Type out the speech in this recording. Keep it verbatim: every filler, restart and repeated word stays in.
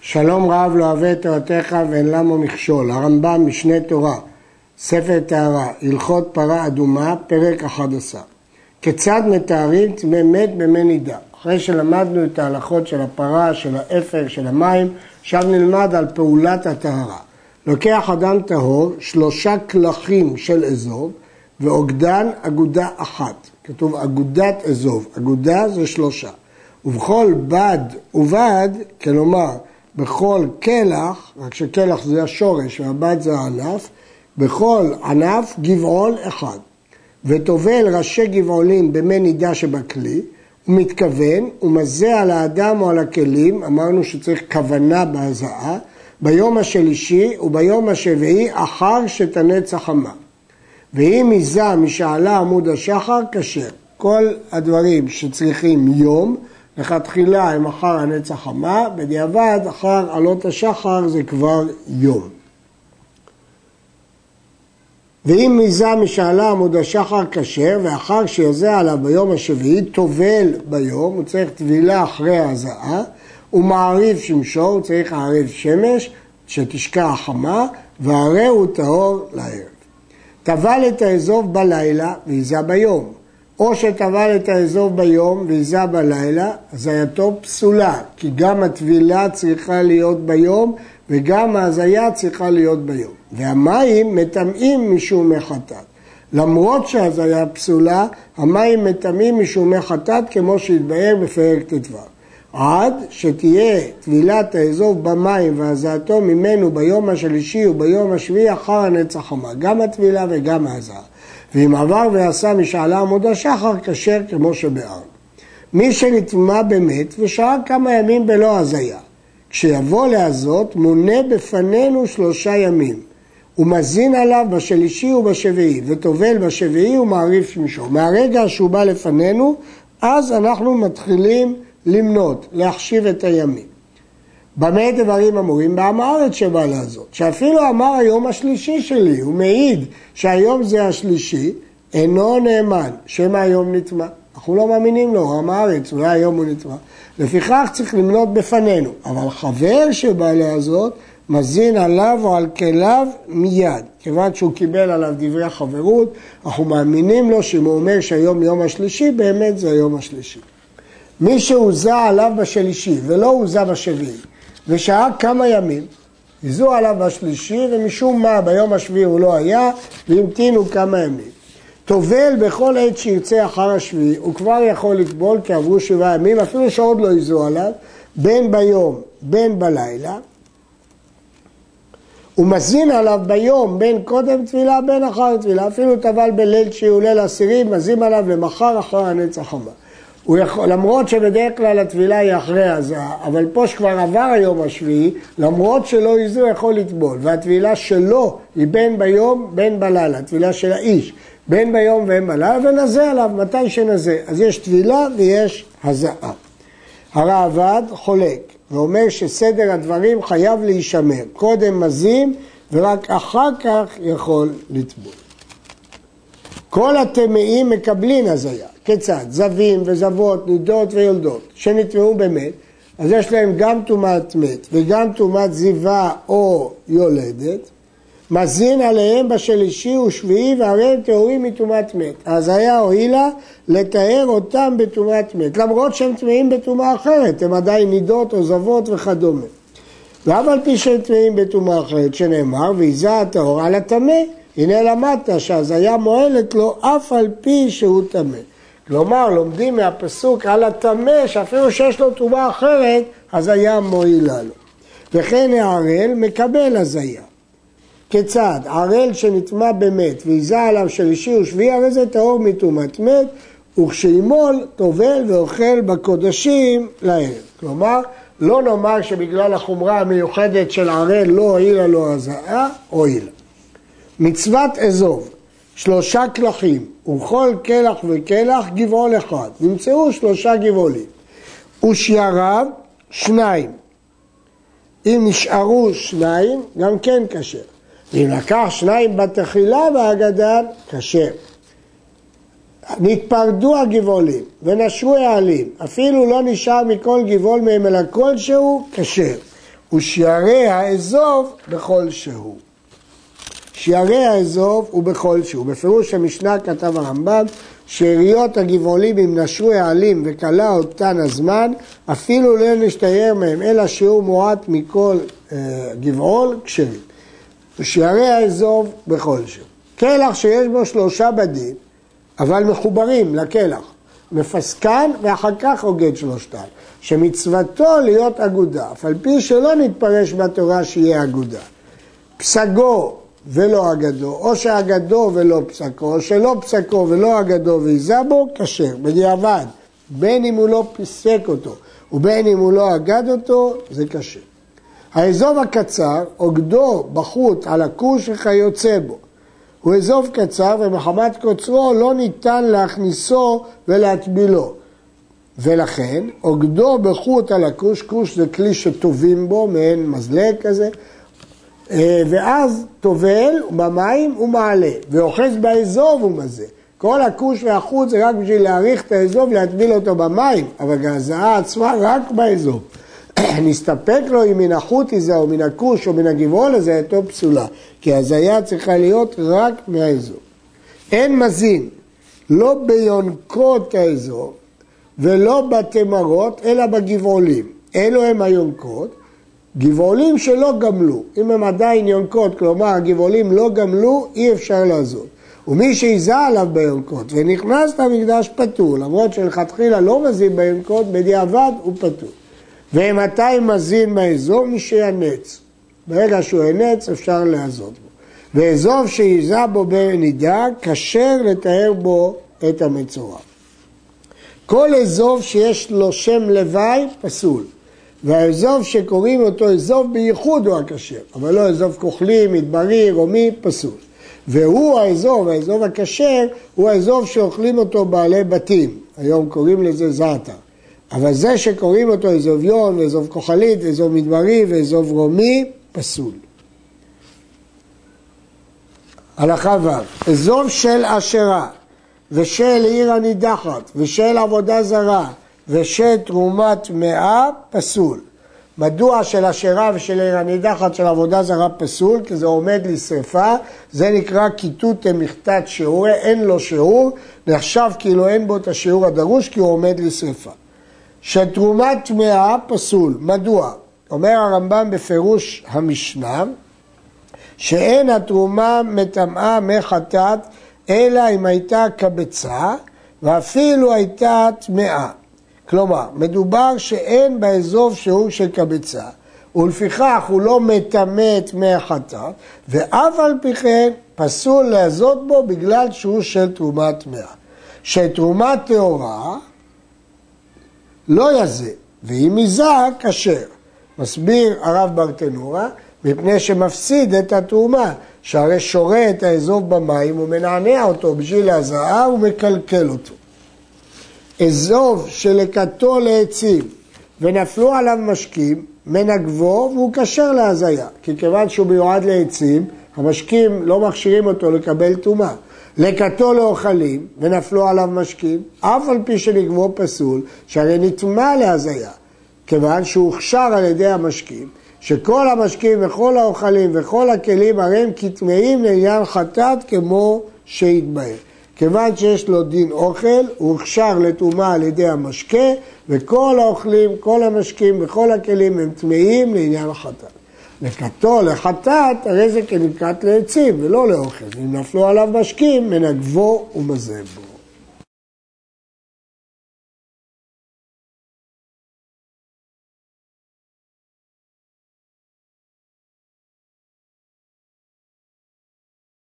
שלום רב לא אוהב את תורתך ואין למו מכשול. הרמב"ם משנה תורה, ספר טהרה, הלכות פרה אדומה, פרק אחד עשר. כיצד מתארים טמא מת במי נידה? אחרי שלמדנו את ההלכות של הפרה, של האפר, של המים, עכשיו נלמד על פעולת הטהרה. לוקח אדם טהור שלושה כלכים של אזוב ועוגדן אגודה אחת. כתוב אגודת אזוב, אגודה זה שלושה. ובכל בד ובד, כלומר בכל כלח, רק שכלח זה השורש והבד זה הענף, בכל ענף גבעול אחד. וטובל ראשי גבעולים במי נידה שבכלי, הוא מתכוון, הוא מזה על האדם או על הכלים, אמרנו שצריך כוונה בהזעה, ביום השלישי וביום השביעי אחר שתנץ החמה. ואם מזה משעלה עמוד השחר כשר. כל הדברים שצריכים יום, לכתחילה הם אחר הנץ החמה, בדיעבד אחר עלות השחר זה כבר יום. ואם מזה משעלה עמוד השחר כשר, ואחר שיזה עליו ביום השביעי, טובל ביום, הוא צריך טבילה אחרי ההזעה, הוא מעריב שמשו, הוא צריך לערב שמש, שתשקע החמה, והרי הוא טהור לערב. טבל את האזוב בלילה ויזה ביום, או שטבל את האזוב ביום ויזה בלילה, הזייתו פסולה, כי גם הטבילה צריכה להיות ביום, וגם ההזיה צריכה להיות ביום. והמים מטמאים משום מחטאת. למרות שההזיה פסולה, המים מטמאים משום מחטאת, כמו שהתבאר בפרק ט"ו. עד שתהיה טבילת האזוב במים והזעתו ממנו ביום השלישי וביום השביעי אחר הנץ החמה, גם הטבילה וגם ההזעה. ואם עבר ועשה משעלה עמוד השחר כשר כמו שבאר. מי שנטמא במת ושהה כמה ימים בלא הזיה, כשיבוא להזות מונה בפנינו שלושה ימים, הוא מזין עליו בשלישי ובשביעי, וטובל בשביעי ומעריב שמשו. מהרגע שהוא בא לפנינו, אז אנחנו מתחילים למנות, להחשיב את הימים. במה דברים אמורים? בעם הארץ שבא להזות, שאפילו אמר היום השלישי שלי, הוא מעיד שהיום זה השלישי, אינו נאמן, שמא היום נטמא. אנחנו לא מאמינים לו, עם הארץ, אולי היום הוא נטמא. לפיכך צריך למנות בפנינו, אבל חבר שבא להזות, מזין עליו או על כליו מיד. כיוון שהוא קיבל עליו דברי החברות, אנחנו מאמינים לו שאם הוא אומר שהיום יום השלישי, באמת זה היום השלישי. מי שהוזה עליו בשלישי ולא הוזה בשביעי, ושעה כמה ימים, היזו עליו בשלישי, ומשום מה ביום השביעי הוא לא היה, והמתינו כמה ימים. טובל בכל עת שירצה אחר השביעי, הוא כבר יכול לטבול כי עברו שבעה ימים, אפילו שעוד לא היזו עליו, בין ביום, בין בלילה. הוא מזין עליו ביום, בין קודם תפילה, בין אחר תפילה, אפילו טבל בליל שהוא ליל עשירי, מזין עליו למחר אחר הנץ החמה. הוא יכול, למרות שבדרך כלל התבילה היא אחרי הזעה, אבל פה שכבר עבר היום השביעי, למרות שלא היזו יכול לטבול, והתבילה שלו היא בין ביום, בין בלילה, התבילה של האיש, בין ביום ובין בלילה, ונזה עליו מתי שנזה. אז יש תבילה ויש הזעה. הרעב"ד חולק, ואומר שסדר הדברים חייב להישמר, קודם מזין ורק אחר כך יכול לטבול. כל הטמאים מקבלים הזיה. כיצד? זבים וזבות, נידות ויולדות, שנטמאו במת, אז יש להם גם טומאת מת וגם טומאת זיווה או יולדת, מזין עליהם בשלישי ושביעי והרי הם טהורים מטומאת מת. אז היה הועילה לתאר אותם בטומאת מת, למרות שהם טמאים בטומאה אחרת, הם עדיין נידות או זבות וכדומה. ואף על פי שהם טמאים בטומאה אחרת, שנאמר, ויזה הטהור על הטמא, הנה למדת שהזיה מועלת לו אף על פי שהוא טמא. כלומר, לומדים מהפסוק על הטמא, שאפילו שיש לו טומאה אחרת, הזיה מועילה לו. וכן הערל מקבל הזיה. כיצד? ערל שנטמא במת ויזה עליו שלישי ושביעי, הרי זה טהור מטומאת מת, וכשימול טובל ואוכל בקודשים לערב. כלומר, לא נאמר שבגלל החומרה המיוחדת של ערל לא הועילה לו הזיה, הועילה. מצוות אזוב, שלושה כלכים, ובכל כלח וכלח גבעול אחד. נמצאו שלושה גבעולים. ושייריו שניים. אם נשארו שניים, גם כן כשר. ואם לקח שניים בתחילה והאגדן, כשר. נתפרדו הגבעולים ונשרו העלים, אפילו לא נשאר מכל גבעול מהם אלא כלשהו, כשר. ושיירי האזוב בכל שהוא. שיירי האזוב הוא בכל שהוא. בפירוש המשנה כתב הרמב"ם, שאריות הגבעולים אם נשרו העלים וקלה אותן הזמן, אפילו לא נשתייר מהם, אלא שיעור מועט מכל אה, גבעול כשרים. ושיירי האזוב בכל שהוא. קלח שיש בו שלושה בדים, אבל מחוברים לקלח. מפסקן ואחר כך אוגד שלושתן. שמצוותו להיות אגודה, אף על פי שלא נתפרש בתורה שיהיה אגודה. פסגו ולא אגדו, או שאגדו ולא פסקו, או שלא פסקו ולא אגדו ויזה בו, כשר, בדיעבד. בין אם הוא לא פסק אותו, ובין אם הוא לא אגד אותו, זה כשר. האזוב הקצר, אוגדו בחוט על הכוש וכיוצא בו. הוא אזוב קצר ומחמת קוצרו לא ניתן להכניסו ולהטבילו. ולכן, אוגדו בחוט על הכוש, כוש זה כלי שטובים בו, מעין מזלג כזה, ואז טובל במים ומעלה, ואוחז באזוב ומזה. כל הכוש והחוט זה רק בשביל להאריך את האזוב, להטביל אותו במים, אבל ההזעה עצמה רק באזוב. נסתפק לו אם מן החוט איזה, או מן הכוש, או מן הגבעול הזה, אותו פסולה, כי ההזיה צריכה להיות רק מהאזוב. אין מזין, לא ביונקות האזוב, ולא בתמרות, אלא בגבעולים. אלו הם היונקות, גבעולים שלא גמלו. אם הם עדיין יונקות, כלומר הגבעולים לא גמלו, אי אפשר לעזות. ומי שיזה עליו ביונקות ונכנס למקדש פטור, למרות שלכתחילה לא מזין ביונקות, בדיעבד הוא פטור. ומתי מזין מהאזוב? מי שינץ. ברגע שהוא ינץ אפשר לעזות בו. ואזוב שיזה בו בנידה, כשר לתאר בו את המצורע. כל אזוב שיש לו שם לוואי פסול, והאזוב שקוראים אותו אזוב בייחוד הוא הכשר, אבל לא אזוב כוחלי, מדברי, רומי, פסול. והוא האזוב, האזוב הכשר, הוא האזוב שאוכלים אותו בעלי בתים, היום קוראים לזה זעתר. אבל זה שקוראים אותו אזוב יון, ואזוב כוחלית, ואזוב מדברי, ואזוב רומי, פסול. הלכה ו' אזוב של אשרה, ושל עיר הנידחת, ושל עבודה זרה, ושל תרומת מאה, פסול. מדוע של אשרה ושל עיר הנידחת של עבודה זרה פסול? כי זה עומד לשרפה, זה נקרא כיתות מחטאת שיעור, אין לו שיעור, נחשב כאילו אין בו את השיעור הדרוש, כי הוא עומד לשרפה. של תרומת מאה, פסול. מדוע? אומר הרמב"ם בפירוש המשנה, שאין התרומה מטמאה מחטאת, אלא אם הייתה קבצה, ואפילו הייתה טמאה. כלומר, מדובר שאין באזוב שהוא של קבצה, ולפיכך הוא לא מטמא טמא חטאת, ואף על פי כן פסול לעזות בו בגלל שהוא של תרומת טמאה. שתרומת טהורה לא יזה, ואם יזה כשר. מסביר הרב ברטנורה, מפני שמפסיד את התרומה, שהרי שורה את האזוב במים ומנענע אותו בשביל ההזעה ומקלקל אותו. אזוב שלקטו לעצים ונפלו עליו משקים, מנגבו והוא כשר להזיה, כי כיוון שהוא מיועד לעצים, המשקים לא מכשירים אותו לקבל טומאה. לקטו לאוכלים ונפלו עליו משקים, אף על פי שנגבו פסול, שהרי נטמא להזיה, כיוון שהוא הוכשר על ידי המשקים, שכל המשקים וכל האוכלים וכל הכלים הרי הם כטמאים לעניין חטאת כמו שהתבהר. כיוון שיש לו דין אוכל, הוא הוכשר לטומאה על ידי המשקה, וכל האוכלים, כל המשקים וכל הכלים הם טמאים לעניין חטאת. לקטו לחטאת, הרי זה כנקט לעצים ולא לאוכל. אם נפלו עליו משקים, מנגבו ומזב בו.